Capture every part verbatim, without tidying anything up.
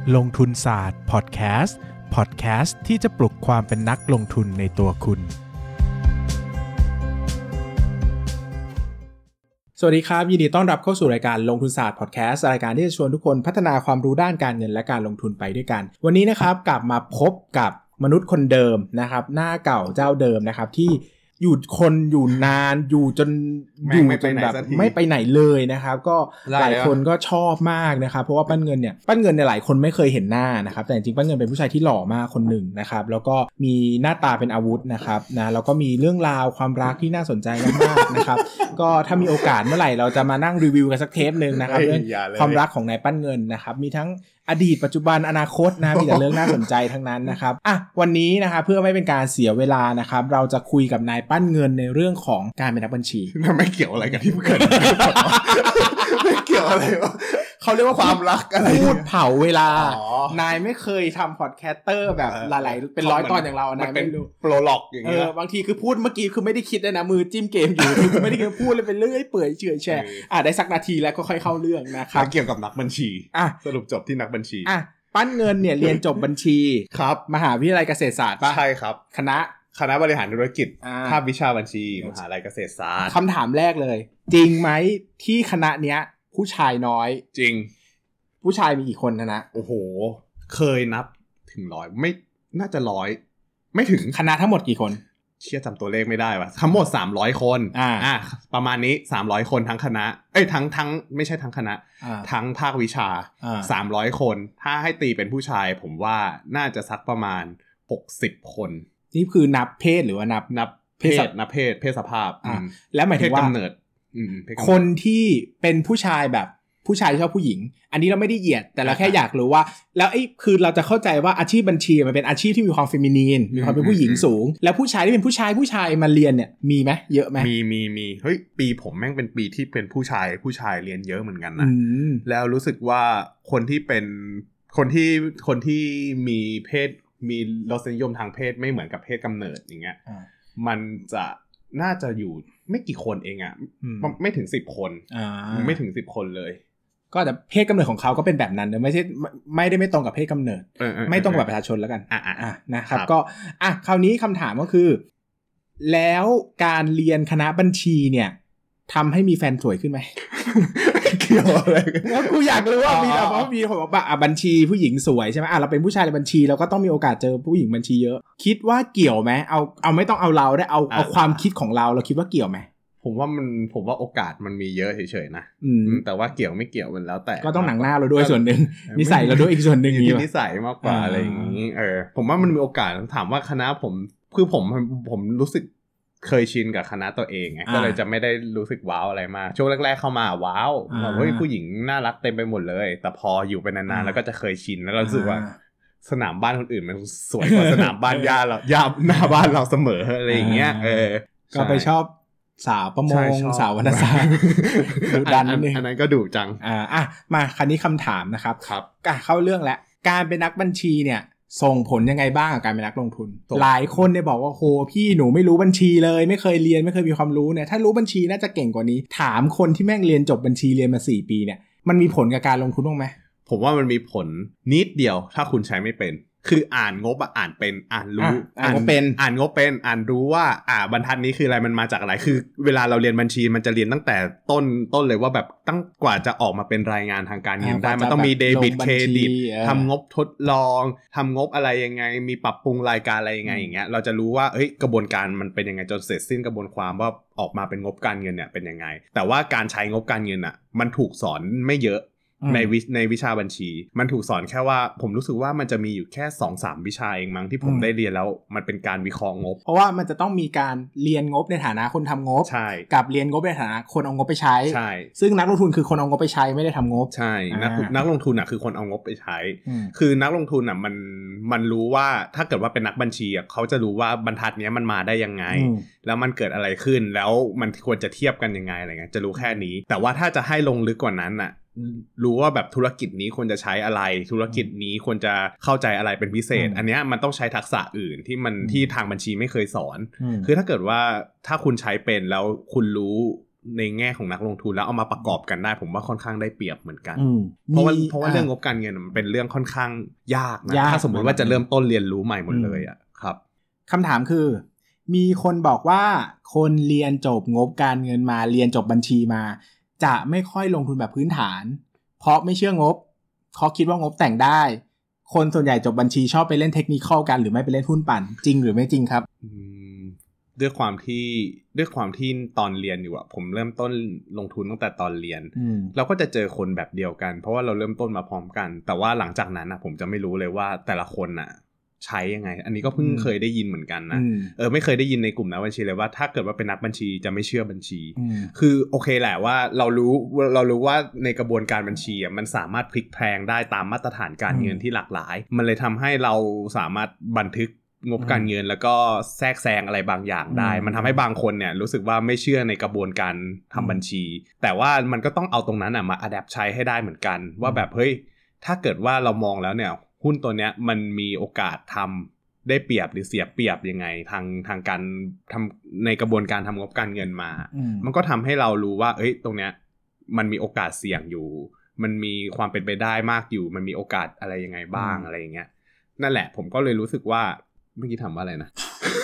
ลงทุนศาสตร์พอดแคสต์พอดแคสต์ที่จะปลุกความเป็นนักลงทุนในตัวคุณสวัสดีครับยินดีต้อนรับเข้าสู่รายการลงทุนศาสตร์พอดแคสต์รายการที่จะชวนทุกคนพัฒนาความรู้ด้านการเงินและการลงทุนไปด้วยกันวันนี้นะครับกลับมาพบกับมนุษย์คนเดิมนะครับหน้าเก่าเจ้าเดิมนะครับที่อยู่คนอยู่นานอยู่จนอยู่จนแบบไม่ไปไหนเลยนะครับก็หลายคนก็ชอบมากนะครับเพราะว่าปั้นเงินเนี่ยปั้นเงินเนี่ยหลายคนไม่เคยเห็นหน้านะครับแต่จริงๆปั้นเงินเป็นผู้ชายที่หล่อมากคนหนึ่งนะครับแล้วก็มีหน้าตาเป็นอาวุธนะครับนะแล้วก็มีเรื่องราวความรักที่น่าสนใจมากๆนะครับก็ถ้ามีโอกาสเมื่อไหร่เราจะมานั่งรีวิวกันสักเทปนึงนะครับเรื่องความรักของนายปั้นเงินนะครับมีทั้งอดีตปัจจุบันอนาคตนะมีแต่เรื่องน่าสนใจทั้งนั้นนะครับอ่ะวันนี้นะครับเพื่อไม่เป็นการเสียเวลานะครับเราจะคุยกับนายปั้นเงินในเรื่องของการเป็นนักบัญชีไม่เกี่ยวอะไรกับที่เกิดไม่เกี่ยวอะไรวะเขาเรียกว่าความรักอะไรพูดเผาเวลานายไม่เคยทำพอดแคสเตอร์แบบหลายๆเป็นร้อยตอนอย่างเรานายไม่รู้โปรล็อกอย่างเงี้ยบางทีคือพูดเมื่อกี้คือไม่ได้คิดนะมือจิ้มเกมอยู่คือไม่ได้พูดเลยเป็นเรื่อยเปื่อยเฉอยแฉะอ่ะได้สักนาทีแล้วก็ค่อยเข้าเรื่องนะครับเกี่ยวกับนักบัญชีอ่ะสรุปจบที่นักบัญชีอ่ะปั้นเงินเนี่ยเรียนจบบัญชีครับมหาวิทยาลัยเกษตรศาสตร์ป่ะใช่ครับคณะคณะบริหารธุรกิจภาควิชาบัญชีมหาวิทยาลัยเกษตรศาสตร์คำถามแรกเลยจริงไหมที่คณะเนี้ยผู้ชายน้อยจริงผู้ชายมีกี่คนนะนะโอ้โหเคยนับถึงร้อยไม่น่าจะร้อยไม่ถึงคณะทั้งหมดกี่คนเชื่อจำตัวเลขไม่ได้ว่ะทั้งหมดสามร้อยคนอ่าอ่ะประมาณนี้สามร้อยคนทั้งคณะเอ้ยทั้งทั้งไม่ใช่ทั้งคณะทั้งภาควิชาสามร้อยคนถ้าให้ตีเป็นผู้ชายผมว่าน่าจะสักประมาณหกสิบคนนี่คือนับเพศหรือว่านับนับเพศนับเพศเพศสภาพอ่าแล้วหมายถึงว่ากำเนิดคนที่เป็นผู้ชายแบบผู้ชายชอบผู้หญิงอันนี้เราไม่ได้เหยียดแต่เราแค่อยากรู้ว่าแล้วไอ้คือเราจะเข้าใจว่าอาชีพบัญชีมันเป็นอาชีพที่มีความเฟมินีนมีความเป็นผู้หญิงสูงแล้วผู้ชายที่เป็นผู้ชายผู้ชายมาเรียนเนี่ยมีไหมเยอะไหมมีมีมีเฮ้ยปีผมแม่งเป็นปีที่เป็นผู้ชายผู้ชายเรียนเยอะเหมือนกันนะแล้วรู้สึกว่าคนที่เป็นคนที่คนที่มีเพศมีรสนิยมทางเพศไม่เหมือนกับเพศกำเนิดอย่างเงี้ยมันจะน่าจะอยู่ไม่กี่คนเองอ่ะไม่ถึงสิบคนไม่ถึงสิบคนเลยก็แต่เพศกำเนิดของเขาก็เป็นแบบนั้นนะไม่ใช่ไม่ได้ไม่ตรงกับเพศกำเนิดไม่ตรงกับประชาชนแล้วกันอ่ะนะครับก็อ่ะคราวนี้คำถามก็คือแล้วการเรียนคณะบัญชีเนี่ยทำให้มีแฟนสวยขึ้นไหมเกี่ยวอะไรแล้วกูอยากรู้ว่ามีเพราะมีผมบอกว่าบัญชีผู้หญิงสวยใช่ไหมอ่ะเราเป็นผู้ชายในบัญชีเราก็ต้องมีโอกาสเจอผู้หญิงบัญชีเยอะคิดว่าเกี่ยวไหมเอาเอาไม่ต้องเอาเราได้เอาเอาความคิดของเราเราคิดว่าเกี่ยวไหมผมว่ามันผมว่าโอกาสมันมีเยอะเฉยๆนะแต่ว่าเกี่ยวไม่เกี่ยวมันแล้วแต่ก็ต้องหนังหน้าเราด้วยส่วนหนึ่งนิสัยเราด้วยอีกส่วนหนึ่งนี่นิสัยมากกว่าอะไรอย่างนี้เออผมว่ามันมีโอกาสถามว่าคณะผมคือผมผมรู้สึกเคยชินกับคณะตัวเองไงก็เลยจะไม่ได้รู้สึกว้าวอะไรมากช่วงแรกๆเข้ามาว้าวแบบเฮ้ยผู้หญิงน่ารักเต็มไปหมดเลยแต่พออยู่ไปนานๆแล้วก็จะเคยชินแล้วรู้สึกว่าสนามบ้านคนอื่นมันสวยกว่าสนามบ้านย่าเราย่าหน้าบ้านเราเสมออะไรอย่างเงี้ยเออก็ไปชอบสาวประมงสาววรรณศาสตร์ดูดันนิดนึงอันนั้นก็ดุจังอ่าอ่ะมาคันนี้คำถามนะครับครับอ่ะเข้าเรื่องแล้วการเป็นนักบัญชีเนี่ยส่งผลยังไงบ้างกับการเป็นนักลงทุนหลายคนเนี่ยบอกว่าโหพี่หนูไม่รู้บัญชีเลยไม่เคยเรียนไม่เคยมีความรู้เนี่ยถ้ารู้บัญชีน่าจะเก่งกว่านี้ถามคนที่แม่งเรียนจบบัญชีเรียนมาสี่ปีเนี่ยมันมีผลกับการลงทุนบ้างไหมผมว่ามันมีผลนิดเดียวถ้าคุณใช้ไม่เป็นคืออ่านงบอ่ะอ่านเป็นอ่านรู้อ่านงบเป็นอ่านงบเป็นอ่านรู้ว่าอ่าบรรทัดนี้คืออะไรมันมาจากอะไรคือเวลาเราเรียนบัญชีมันจะเรียนตั้งแต่ต้นต้นเลยว่าแบบตั้งกว่าจะออกมาเป็นรายงานทางการเงินได้มันต้องมีเดบิตเครดิตทำงบทดลองทำงบอะไรยังไงมีปรับปรุงรายการอะไรยังไงอย่างเงี้ยเราจะรู้ว่าเอ้ยกระบวนการมันเป็นยังไงจนเสร็จสิ้นกระบวนความว่าออกมาเป็นงบการเงินเนี่ยเป็นยังไงแต่ว่าการใช้งบการเงินอ่ะมันถูกสอนไม่เยอะในวิในวิชาบัญชีมันถูกสอนแค่ว่าผมรู้สึกว่ามันจะมีอยู่แค่ สองสาม วิชาเองมั้งที่ผมได้เรียนแล้วมันเป็นการวิเคราะห์งบเพราะว่ามันจะต้องมีการเรียนงบในฐานะคนทำงบกับเรียนงบในฐานะคนเอางบไปใช้ใช่ซึ่งนักลงทุนคือคนเอางบไปใช้ไม่ได้ทำงบใช่นักนักลงทุนอ่ะคือคนเอางบไปใช้คือนักลงทุนอ่ะมันมันรู้ว่าถ้าเกิดว่าเป็นนักบัญชีอ่ะเขาจะรู้ว่าบรรทัดนี้มันมาได้ยังไงแล้วมันเกิดอะไรขึ้นแล้วมันควรจะเทียบกันยังไงอะไรเงี้ยจะรู้แค่นี้แต่ว่าถ้าจะให้ลงลึกกว่านั้นอ่ะ รู้ว่าแบบธุรกิจนี้ควรจะใช้อะไรธุรกิจนี้ควรจะเข้าใจอะไรเป็นพิเศษอันเนี้ยมันต้องใช้ทักษะอื่นที่มันที่ทางบัญชีไม่เคยสอนคือถ้าเกิดว่าถ้าคุณใช้เป็นแล้วคุณรู้ในแง่ของนักลงทุนแล้วเอามาประกอบกันได้ผมว่าค่อนข้างได้เปรียบเหมือนกันเพราะว่าเพราะว่าเรื่องงบการเงินมันเป็นเรื่องค่อนข้างยากนะถ้าสมมติว่าจะเริ่มต้นเรียนรู้ใหม่หมดเลยอ่ะครับคำถามคือมีคนบอกว่าคนเรียนจบงบการเงินมาเรียนจบบัญชีมาจะไม่ค่อยลงทุนแบบพื้นฐานเพราะไม่เชื่องบเขาคิดว่างบแต่งได้คนส่วนใหญ่จบบัญชีชอบไปเล่นเทคนิคอลกันหรือไม่ไปเล่นหุ้นปั่นจริงหรือไม่จริงครับด้วยความที่ด้วยความที่ตอนเรียนอยู่อะผมเริ่มต้นลงทุนตั้งแต่ตอนเรียนเราก็จะเจอคนแบบเดียวกันเพราะว่าเราเริ่มต้นมาพร้อมกันแต่ว่าหลังจากนั้นอะผมจะไม่รู้เลยว่าแต่ละคนอะใช้ยังไงอันนี้ก็เพิ่งเคยได้ยินเหมือนกันนะเออไม่เคยได้ยินในกลุ่มนักบัญชีเลยว่าถ้าเกิดว่าเป็นนักบัญชีจะไม่เชื่อบัญชีคือโอเคแหละว่าเรารู้เรารู้ว่าในกระบวนการบัญชีอ่ะมันสามารถพลิกแพลงได้ตามมาตรฐานการเงินที่หลากหลายมันเลยทำให้เราสามารถบันทึกงบการเงินแล้วก็แทรกแซงอะไรบางอย่างได้มันทำให้บางคนเนี่ยรู้สึกว่าไม่เชื่อในกระบวนการทำบัญชีแต่ว่ามันก็ต้องเอาตรงนั้นอ่ะมาอะแดปใช้ให้ได้เหมือนกันว่าแบบเฮ้ยถ้าเกิดว่าเรามองแล้วเนี่ยหุ้นตัวเนี้ยมันมีโอกาสทำได้เปรียบหรือเสียเปรียบยังไงทางทางการทำในกระบวนการทำงบการเงินมามันก็ทำให้เรารู้ว่าเอ้ยตรงเนี้ยมันมีโอกาสเสี่ยงอยู่มันมีความเป็นไปได้มากอยู่มันมีโอกาสอะไรยังไงบ้างอะไรอย่างเงี้ยนั่นแหละผมก็เลยรู้สึกว่าเมื่อกี้ถามว่าอะไรนะ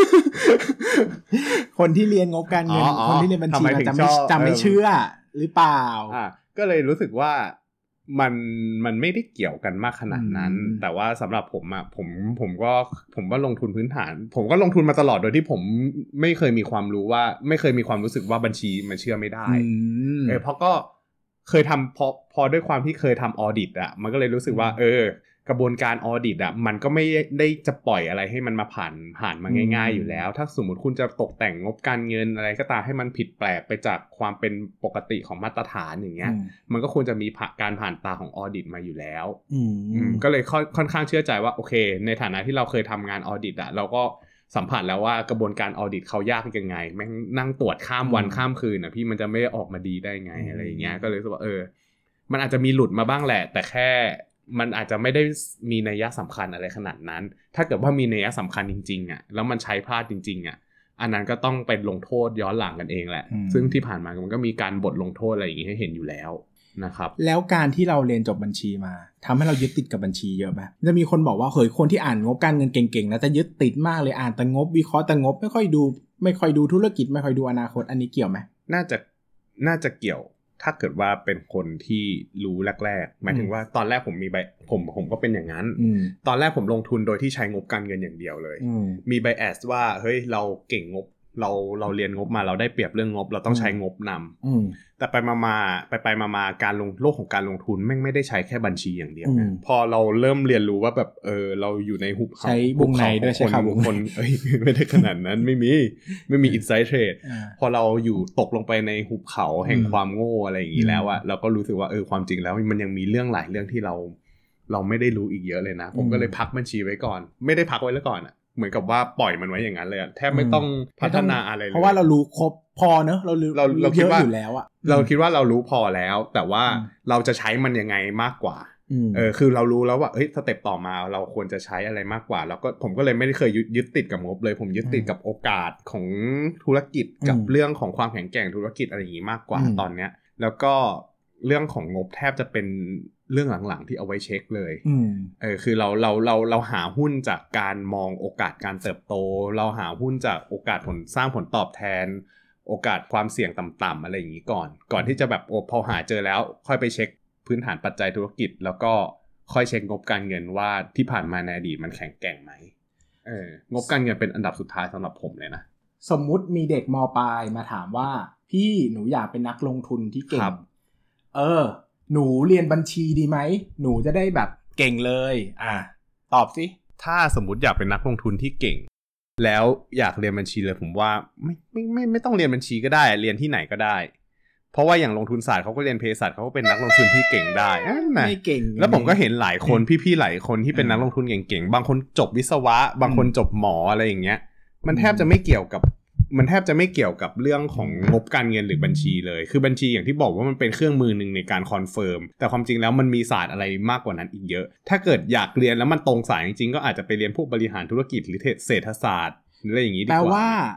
คนที่เรียนงบการเงินคนที่เรียนบัญชีจะไม่จะไม่เชื่อหรือเปล่าอ่าก็เลยรู้สึกว่ามันมันไม่ได้เกี่ยวกันมากขนาดนั้นแต่ว่าสำหรับผมอ่ะผมผมก็ผมก็ลงทุนพื้นฐานผมก็ลงทุนมาตลอดโดยที่ผมไม่เคยมีความรู้ว่าไม่เคยมีความรู้สึกว่าบัญชีมันเชื่อไม่ได้เออเพราะก็เคยทำพอพอด้วยความที่เคยทำออดิตอ่ะมันก็เลยรู้สึกว่าเออกระบวนการออดิตอ่ะมันก็ไม่ได้จะปล่อยอะไรให้มันมาผ่านผ่านมาง่ายๆอยู่แล้วถ้าสมมุติคุณจะตกแต่งงบการเงินอะไรก็ตามให้มันผิดแปลกไปจากความเป็นปกติของมาตรฐานอย่างเงี้ยมันก็ควรจะมีการผ่านตาของออดิตมาอยู่แล้วก็เลยค่อนข้างเชื่อใจว่าโอเคในฐานะที่เราเคยทำงานออดิตอ่ะเราก็สัมผัสแล้วว่ากระบวนการออดิตเขายากยังไงแม่งนั่งตรวจข้ามวันข้ามคืนอ่ะพี่มันจะไม่ออกมาดีได้ไงอะไรอย่างเงี้ยก็เลยรู้สึกว่าเออมันอาจจะมีหลุดมาบ้างแหละแต่แค่มันอาจจะไม่ได้มีนัยสำคัญอะไรขนาดนั้นถ้าเกิดว่ามีนัยสำคัญจริงๆอ่ะแล้วมันใช้พลาดจริงๆอ่ะอันนั้นก็ต้องไปลงโทษย้อนหลังกันเองแหละซึ่งที่ผ่านมามันก็มีการบทลงโทษอะไรอย่างงี้ให้เห็นอยู่แล้วนะครับแล้วการที่เราเรียนจบบัญชีมาทำให้เรายึดติดกับบัญชีเยอะไหมจะมีคนบอกว่าเฮ้ยคนที่อ่านงบการเงินเก่งๆนะจะยึดติดมากเลยอ่านแต่งบวิเคราะห์แต่งบไม่ค่อยดูไม่ค่อยดูธุรกิจไม่ค่อยดูอนาคตอันนี้เกี่ยวไหมน่าจะน่าจะเกี่ยวถ้าเกิดว่าเป็นคนที่รู้แรกๆหมายถึงว่าตอนแรกผมมีใบผมผมก็เป็นอย่างนั้นตอนแรกผมลงทุนโดยที่ใช้งบการเงินอย่างเดียวเลยมีไบแอสว่าเฮ้ยเราเก่งงบเราเราเรียนงบมาเราได้เปรียบเรื่องงบเราต้องใช้งบนำแต่ไปมาๆไปไปมาๆการลงโลกของการลงทุนแม่งไม่ได้ใช้แค่บัญชีอย่างเดียวนะพอเราเริ่มเรียนรู้ว่าแบบเออเราอยู่ในหุบเขาใช้บุกในด้วยใช่ครับคนเอ้ยไม่ได้ขนาดนั้นไม่มีไม่มีอินไซด์เทรดพอเราอยู่ตกลงไปในหุบเขาแห่งความโง่อะไรอย่างนี้แล้วอะเราก็รู้สึกว่าเออความจริงแล้วมันยังมีเรื่องหลายเรื่องที่เราเราไม่ได้รู้อีกเยอะเลยนะผมก็เลยพักบัญชีไว้ก่อนไม่ได้พักไว้แล้วก่อนอะเหมือนกับว่าปล่อยมันไว้อย่างนั้นเลยแทบไม่ต้องพัฒนาอะไรเลยเพราะว่าเรารู้ครบพอเนอะเราเราเราคิดว่าอยู่แล้วอะเราคิดว่าเรารู้พอแล้วแต่ว่าเราจะใช้มันยังไงมากกว่าเออคือเรารู้แล้วว่าเฮ้ยสเต็ปต่อมาเราควรจะใช้อะไรมากกว่าแล้วก็ผมก็เลยไม่ได้เคยยึดติดกับงบเลยผมยึดติดกับโอกาสของธุรกิจกับเรื่องของความแข็งแกร่งธุรกิจอะไรอย่างนี้มากกว่าตอนเนี้ยแล้วก็เรื่องของงบแทบจะเป็นเรื่องหลังๆที่เอาไว้เช็คเลยเออคือเราเราเราเราหาหุ้นจากการมองโอกาสการเติบโตเราหาหุ้นจากโอกาสผลสร้างผลตอบแทนโอกาสความเสี่ยงต่ำๆอะไรอย่างนี้ก่อนก่อนที่จะแบบโอ้พอหาเจอแล้วค่อยไปเช็คพื้นฐานปัจจัยธุรกิจแล้วก็ค่อยเช็คงบการเงินว่าที่ผ่านมาในอดีตมันแข็งแกร่งไหมเอองบการเงินเป็นอันดับสุดท้ายสำหรับผมเลยนะสมมุติมีเด็กม.ปลายมาถามว่าพี่หนูอยากเป็นนักลงทุนที่เก่งเออหนูเรียนบัญชีดีไหมหนูจะได้แบบเก่งเลยอ่ะตอบสิถ้าสมมุติอยากเป็นนักลงทุนที่เก่งแล้วอยากเรียนบัญชีเลยผมว่าไม่ไม่ไม่ไม่ต้องเรียนบัญชีก็ได้เรียนที่ไหนก็ได้เพราะว่าอย่างลงทุนศาสตร์เขาก็เรียนเภสัชเขาก็เป็นนักลงทุนที่เก่งได้ไม่เก่งแล้วผมก็เห็นหลายคนพี่ๆหลายคนที่เป็นนักลงทุนเก่งๆบางคนจบวิศวะบางคนจบหมออะไรอย่างเงี้ยมันแทบจะไม่เกี่ยวกับมันแทบจะไม่เกี่ยวกับเรื่องของงบการเงินหรือบัญชีเลยคือบัญชีอย่างที่บอกว่ามันเป็นเครื่องมือหนึ่งในการคอนเฟิร์มแต่ความจริงแล้วมันมีศาสตร์อะไรมากกว่านั้นอีกเยอะถ้าเกิดอยากเรียนแล้วมันตรงสายจริงๆก็อาจจะไปเรียนพวกบริหารธุรกิจหรือเศรษฐศาสตร์หรืออะไรอย่างนี้ดีกว่าแปลว่า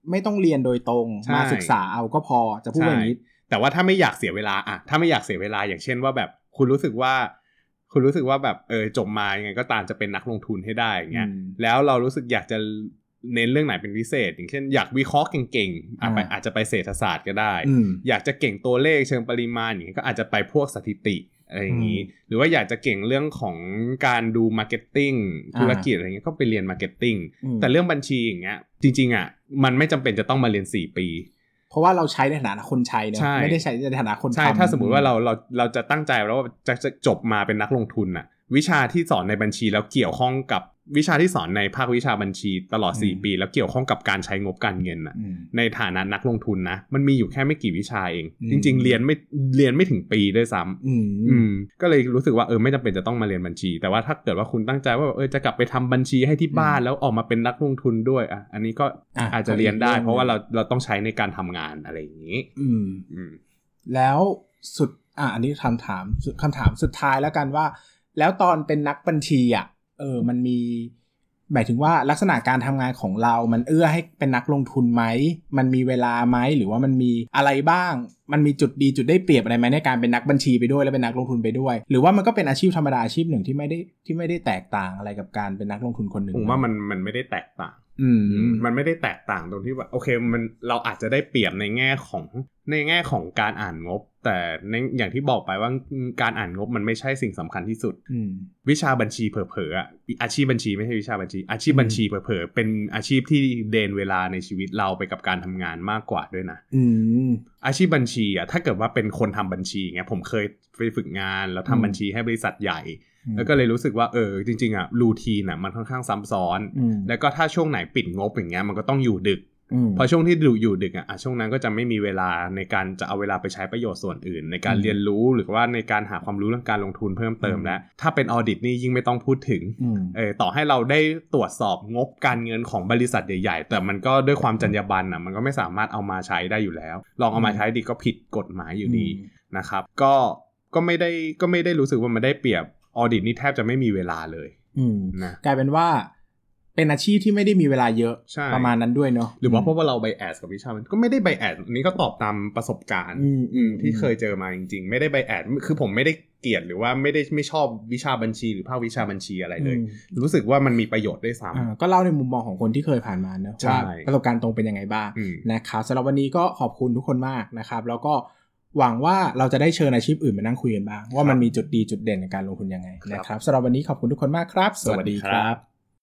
ไม่ต้องเรียนโดยตรงมาศึกษาเอาก็พอจะพูดอย่างนี้แต่ว่าถ้าไม่อยากเสียเวลาอะถ้าไม่อยากเสียเวลาอย่างเช่นว่าแบบคุณรู้สึกว่าคุณรู้สึกว่าแบบเออจบมายังไงก็ตามจะเป็นนักลงทุนให้ได้อย่างเงี้ยแล้วเรารู้สึกอยากจะเน้นเรื่องไหนเป็นพิเศษอย่างเช่นอยากวิเคราะห์เก่งๆอาจจะอาจจะไปเศรษฐศาสตร์ก็ได้อยากจะเก่งตัวเลขเชิงปริมาณอย่างเงี้ยก็อาจจะไปพวกสถิติอะไรอย่างนี้หรือว่าอยากจะเก่งเรื่องของการดูมาร์เก็ตติ้งธุรกิจอะไรเงี้ยก็ไปเรียนมาร์เก็ตติ้งแต่เรื่องบัญชีอย่างเงี้ยจริงๆอ่ะมันไม่จำเป็นจะต้องมาเรียนสี่ปีเพราะว่าเราใช้ในฐานะคนใช้เนอะไม่ได้ใช้ในฐานะคนทำใช่ถ้าสมมุติว่าเราเราเราจะตั้งใจแล้วว่าจะจะจบมาเป็นนักลงทุนน่ะวิชาที่สอนในบัญชีแล้วเกี่ยวข้องกับวิชาที่สอนในภาควิชาบัญชีตลอดสี่ปีแล้วเกี่ยวข้องกับการใช้งบการเงินน่ะในฐานะนักลงทุนนะมันมีอยู่แค่ไม่กี่วิชาเองจริงๆเรียนไม่เรียนไม่ถึงปีด้วยซ้ำอืมก็เลยรู้สึกว่าเออไม่จำเป็นจะต้องมาเรียนบัญชีแต่ว่าถ้าเกิดว่าคุณตั้งใจว่าเออจะกลับไปทำบัญชีให้ที่บ้านแล้วออกมาเป็นนักลงทุนด้วยอ่ะอันนี้ก็อาจจะเรียนได้เพราะว่าเราเราต้องใช้ในการทำงานอะไรอย่างนี้อืมอืมแล้วสุดอ่ะอันนี้คำถามคำถามสุดท้ายแล้วกันว่าแล้วตอนเป็นนักบัญชีอ่ะเออมันมีหมายถึงว่าลักษณะการทำงานของเรามันเอื้อให้เป็นนักลงทุนไหมมันมีเวลาไหมหรือว่ามันมีอะไรบ้างมันมีจุดดีจุดได้เปรียบอะไรไหมในการเป็นนักบัญชีไปด้วยและเป็นนักลงทุนไปด้วยหรือว่ามันก็เป็นอาชีพธรรมดาอาชีพหนึ่งที่ไม่ได้ที่ไม่ได้แตกต่างอะไรกับการเป็นนักลงทุนคนหนึ่งผมว่ามันมันไม่ได้แตกต่างอืมมันไม่ได้แตกต่างตรงที่ว่าโอเคมันเราอาจจะได้เปรียบในแง่ของในแง่ของการอ่านงบแต่ในอย่างที่บอกไปว่าการอ่านงบมันไม่ใช่สิ่งสำคัญที่สุดวิชาบัญชีเผลอๆอ่ะอาชีพบัญชีไม่ใช่วิชาบัญชีอาชีพบัญชีเผลอๆเป็นอาชีพที่เดนเวลาในชีวิตเราไปกับการทำงานมากกว่าด้วยนะอาชีพบัญชีอ่ะถ้าเกิดว่าเป็นคนทำบัญชีเงี้ยผมเคยไปฝึกงานแล้วทำบัญชีให้บริษัทใหญ่แล้วก็เลยรู้สึกว่าเออจริงๆอ่ะรูทีนอ่ะมันค่อนข้างซ้ำซ้อนแล้วก็ถ้าช่วงไหนปิดงบอย่างเงี้ยมันก็ต้องอยู่ดึกพอช่วงที่ดูอยู่ดึกอ่ะช่วงนั้นก็จะไม่มีเวลาในการจะเอาเวลาไปใช้ประโยชน์ส่วนอื่นในการเรียนรู้หรือว่าในการหาความรู้เรื่องการลงทุนเพิ่มเติมแล้วถ้าเป็นออดิตนี่ยิ่งไม่ต้องพูดถึงเออต่อให้เราได้ตรวจสอบงบการเงินของบริษัทใหญ่ๆแต่มันก็ด้วยความจรรยาบรรณอ่ะมันก็ไม่สามารถเอามาใช้ได้อยู่แล้วลองเอามาใช้ดิก็ผิดกฎหมายอยู่ดีนะครับก็ก็ไม่ได้ก็ไม่ได้รู้สึกว่ามันได้เปรียบออดิตนี่แทบจะไม่มีเวลาเลยนะกลายเป็นว่าเป็นอาชีพที่ไม่ได้มีเวลาเยอะประมาณนั้นด้วยเนาะหรือว่าเพราะว่าเราไบแอสกับวิชามันก็ไม่ได้ไบแอสอันนี้ก็ตอบตามประสบการณ์ที่เคยเจอมาจริงๆไม่ได้ไบแอสคือผมไม่ได้เกลียดหรือว่าไม่ได้ไม่ชอบวิชาบัญชีหรือภาควิชาบัญชีอะไรเลยรู้สึกว่ามันมีประโยชน์ด้วยซ้ำก็เล่าในมุมมองของคนที่เคยผ่านมาเนอะว่าประสบการณ์ตรงเป็นยังไงบ้างนะครับสำหรับวันนี้ก็ขอบคุณทุกคนมากนะครับแล้วก็หวังว่าเราจะได้เชิญอาชีพอื่นมานั่งคุยกันบ้างว่ามันมีจุดดีจุดเด่นในการลงทุนยังไงนะครับสำหรับวันนี้ขอบคุณทุกคนมากครับสวัสดีครับ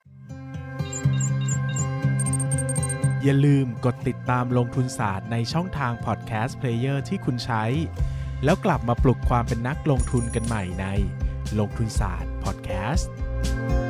อย่าลืมกดติดตามลงทุนศาสตร์ในช่องทางพอดแคสต์เพลเยอร์ที่คุณใช้แล้วกลับมาปลุกความเป็นนักลงทุนกันใหม่ในลงทุนศาสตร์พอดแคสต์